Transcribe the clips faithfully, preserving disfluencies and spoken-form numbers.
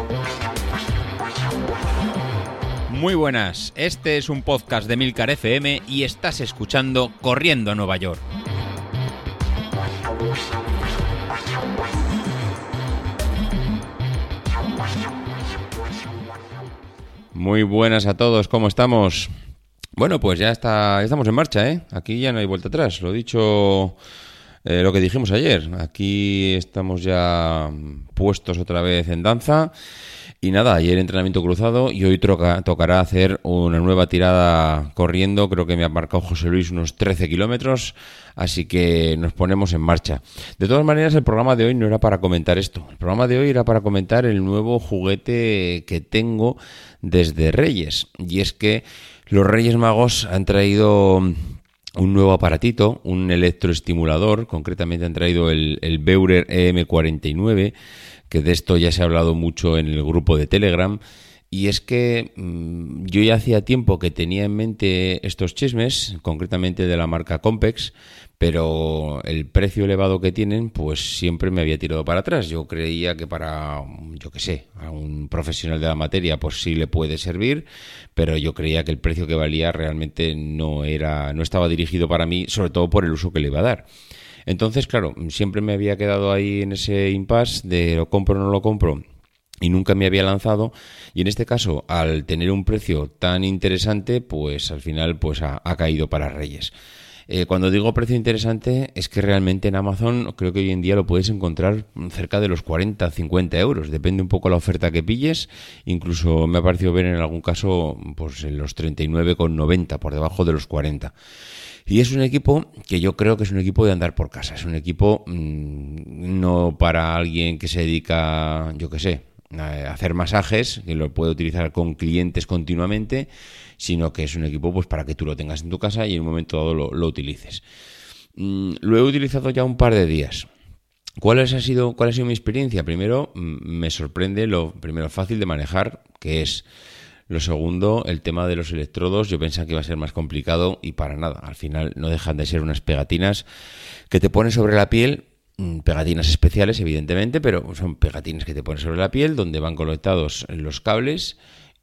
Muy buenas, este es un podcast de Milcar F M y estás escuchando Corriendo a Nueva York. Muy buenas a todos, ¿cómo estamos? Bueno, pues ya está, ya estamos en marcha, ¿eh? Aquí ya no hay vuelta atrás, lo dicho, eh, lo que dijimos ayer. Aquí estamos ya puestos otra vez en danza. Y nada, ayer entrenamiento cruzado y hoy troca, tocará hacer una nueva tirada corriendo. Creo que me ha marcado José Luis unos trece kilómetros, así que nos ponemos en marcha. De todas maneras, el programa de hoy no era para comentar esto. El programa de hoy era para comentar el nuevo juguete que tengo desde Reyes. Y es que los Reyes Magos han traído un nuevo aparatito, un electroestimulador. Concretamente han traído el, el Beurer E M cuarenta y nueve, que de esto ya se ha hablado mucho en el grupo de Telegram, y es que mmm, yo ya hacía tiempo que tenía en mente estos chismes, concretamente de la marca Compex, pero el precio elevado que tienen, pues siempre me había tirado para atrás. Yo creía que para, yo qué sé, a un profesional de la materia, pues sí le puede servir, pero yo creía que el precio que valía realmente no era, no estaba dirigido para mí, sobre todo por el uso que le iba a dar. Entonces, claro, siempre me había quedado ahí en ese impasse de lo compro o no lo compro y nunca me había lanzado. Y en este caso, al tener un precio tan interesante, pues al final pues ha, ha caído para Reyes. Eh, cuando digo precio interesante, es que realmente en Amazon creo que hoy en día lo puedes encontrar cerca de los cuarenta a cincuenta euros. Depende un poco la oferta que pilles. Incluso me ha parecido ver en algún caso pues en los treinta y nueve con noventa, por debajo de los cuarenta. Y es un equipo que yo creo que es un equipo de andar por casa. Es un equipo mmm, no para alguien que se dedica, yo qué sé, a hacer masajes, que lo puede utilizar con clientes continuamente, sino que es un equipo pues para que tú lo tengas en tu casa y en un momento dado lo, lo utilices. Mm, lo he utilizado ya un par de días. ¿Cuál ha sido, cuál ha sido mi experiencia? Primero, mm, me sorprende lo primero fácil de manejar, que es. Lo segundo, el tema de los electrodos. Yo pensaba que iba a ser más complicado y para nada. Al final no dejan de ser unas pegatinas que te pones sobre la piel, pegatinas especiales evidentemente, pero son pegatinas que te pones sobre la piel donde van conectados los cables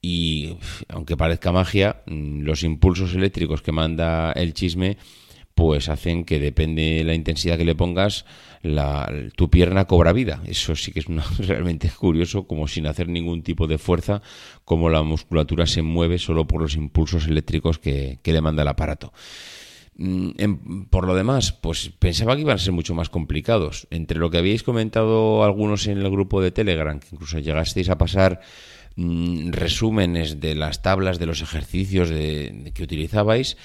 y, aunque parezca magia, los impulsos eléctricos que manda el chisme pues hacen que, depende de la intensidad que le pongas, la, tu pierna cobra vida. Eso sí que es una, realmente curioso, como sin hacer ningún tipo de fuerza, como la musculatura se mueve solo por los impulsos eléctricos que, que le manda el aparato. En, por lo demás, pues pensaba que iban a ser mucho más complicados. Entre lo que habíais comentado algunos en el grupo de Telegram, que incluso llegasteis a pasar mmm, resúmenes de las tablas de los ejercicios de, de que utilizabais,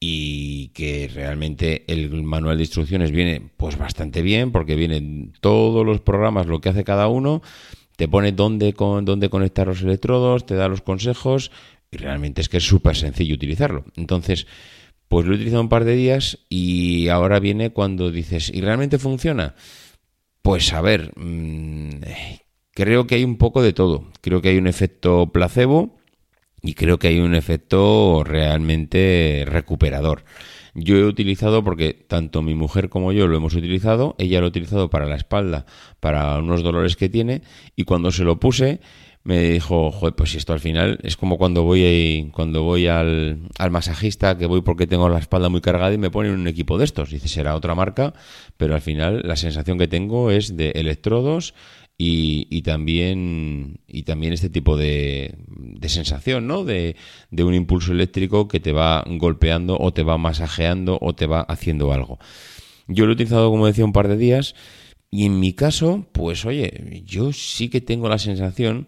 y que realmente el manual de instrucciones viene pues bastante bien, porque vienen todos los programas, lo que hace cada uno, te pone dónde, con, dónde conectar los electrodos, te da los consejos y realmente es que es súper sencillo utilizarlo. Entonces, pues lo he utilizado un par de días y ahora viene cuando dices, ¿y realmente funciona? Pues a ver, mmm, creo que hay un poco de todo. Creo que hay un efecto placebo y creo que hay un efecto realmente recuperador. Yo he utilizado, porque tanto mi mujer como yo lo hemos utilizado, ella lo ha utilizado para la espalda, para unos dolores que tiene, y cuando se lo puse me dijo, joder, pues esto al final es como cuando voy cuando voy al, al masajista, que voy porque tengo la espalda muy cargada y me ponen un equipo de estos. Dice, será otra marca, pero al final la sensación que tengo es de electrodos Y, y también y también este tipo de, de sensación, ¿no? De, de un impulso eléctrico que te va golpeando o te va masajeando o te va haciendo algo. Yo lo he utilizado, como decía, un par de días y en mi caso, pues oye, yo sí que tengo la sensación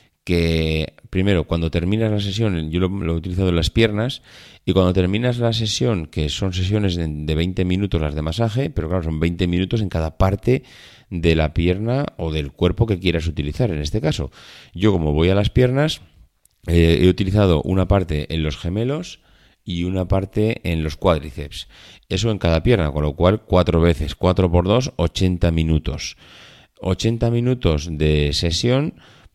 que, primero, cuando terminas la sesión, yo lo, lo he utilizado en las piernas, y cuando terminas la sesión, que son sesiones de, de veinte minutos las de masaje, pero claro, son veinte minutos en cada parte de la pierna o del cuerpo que quieras utilizar. En este caso, yo como voy a las piernas, eh, he utilizado una parte en los gemelos y una parte en los cuádriceps. Eso en cada pierna, con lo cual cuatro veces, cuatro por dos, ochenta minutos. ochenta minutos de sesión,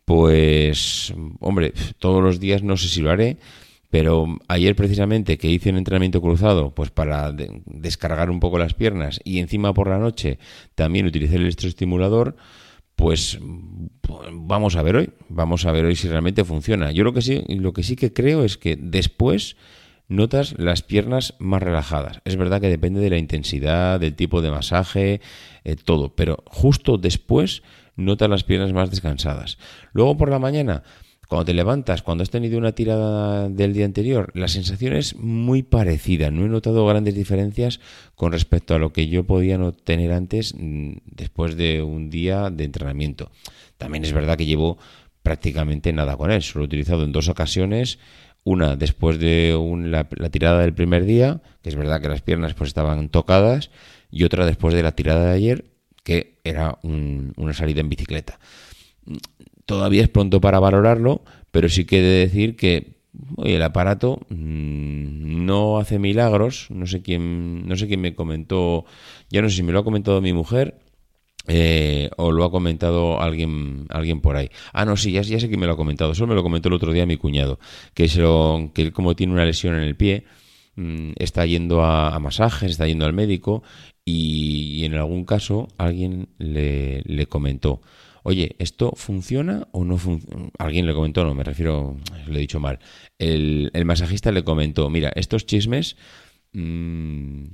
pues, hombre, todos los días no sé si lo haré, pero ayer precisamente que hice un entrenamiento cruzado, pues para de- descargar un poco las piernas, y encima por la noche también utilicé el electroestimulador, Pues, pues vamos a ver hoy, vamos a ver hoy si realmente funciona. Yo lo que sí, lo que sí que creo es que después notas las piernas más relajadas. Es verdad que depende de la intensidad, del tipo de masaje, eh, todo, pero justo después notas las piernas más descansadas. Luego por la mañana, cuando te levantas, cuando has tenido una tirada del día anterior, la sensación es muy parecida. No he notado grandes diferencias con respecto a lo que yo podía no tener antes después de un día de entrenamiento. También es verdad que llevo prácticamente nada con él. Solo he utilizado en dos ocasiones. Una después de un, la, la tirada del primer día, que es verdad que las piernas pues estaban tocadas, y otra después de la tirada de ayer, que era un, una salida en bicicleta. Todavía es pronto para valorarlo, pero sí que he de decir que oye, el aparato mmm, no hace milagros. No sé quién, no sé quién me comentó, ya no sé si me lo ha comentado mi mujer eh, o lo ha comentado alguien, alguien por ahí. Ah, no, sí, ya, ya sé quién me lo ha comentado. Solo me lo comentó el otro día mi cuñado, que, se lo, que él como tiene una lesión en el pie, mmm, está yendo a, a masajes, está yendo al médico y, y en algún caso alguien le, le comentó: oye, ¿esto funciona o no funciona? Alguien le comentó, no, me refiero, lo he dicho mal. El, el masajista le comentó: mira, estos chismes mmm,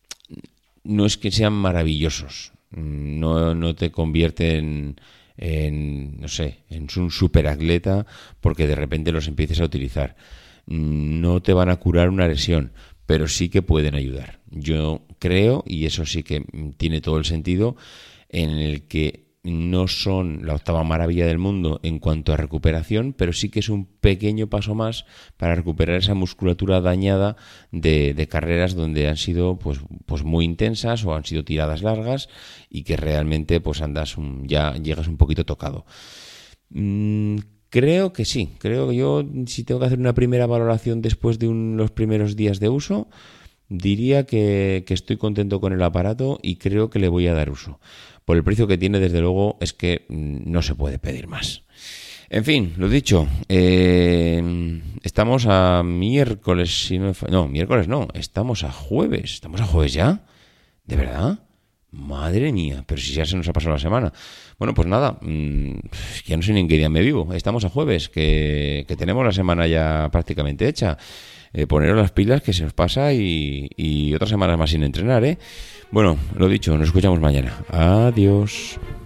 no es que sean maravillosos, no, no te convierten en, no sé, en un superatleta porque de repente los empieces a utilizar. No te van a curar una lesión, pero sí que pueden ayudar. Yo creo, y eso sí que tiene todo el sentido, en el que no son la octava maravilla del mundo en cuanto a recuperación, pero sí que es un pequeño paso más para recuperar esa musculatura dañada de, de carreras donde han sido pues, pues muy intensas o han sido tiradas largas y que realmente pues andas un, ya llegas un poquito tocado. Mm, creo que sí, creo que yo si tengo que hacer una primera valoración después de un, los primeros días de uso, diría que, que estoy contento con el aparato y creo que le voy a dar uso. Por el precio que tiene, desde luego, es que no se puede pedir más. En fin, lo dicho, eh, estamos a miércoles, si no, no, miércoles no, estamos a jueves, estamos a jueves ya, ¿de verdad? Madre mía, pero si ya se nos ha pasado la semana. Bueno, pues nada, mmm, ya no sé ni en qué día me vivo, estamos a jueves, que, que tenemos la semana ya prácticamente hecha. Eh, poneros las pilas que se os pasa y, y otras semanas más sin entrenar, ¿eh? Bueno, lo dicho, nos escuchamos mañana. Adiós.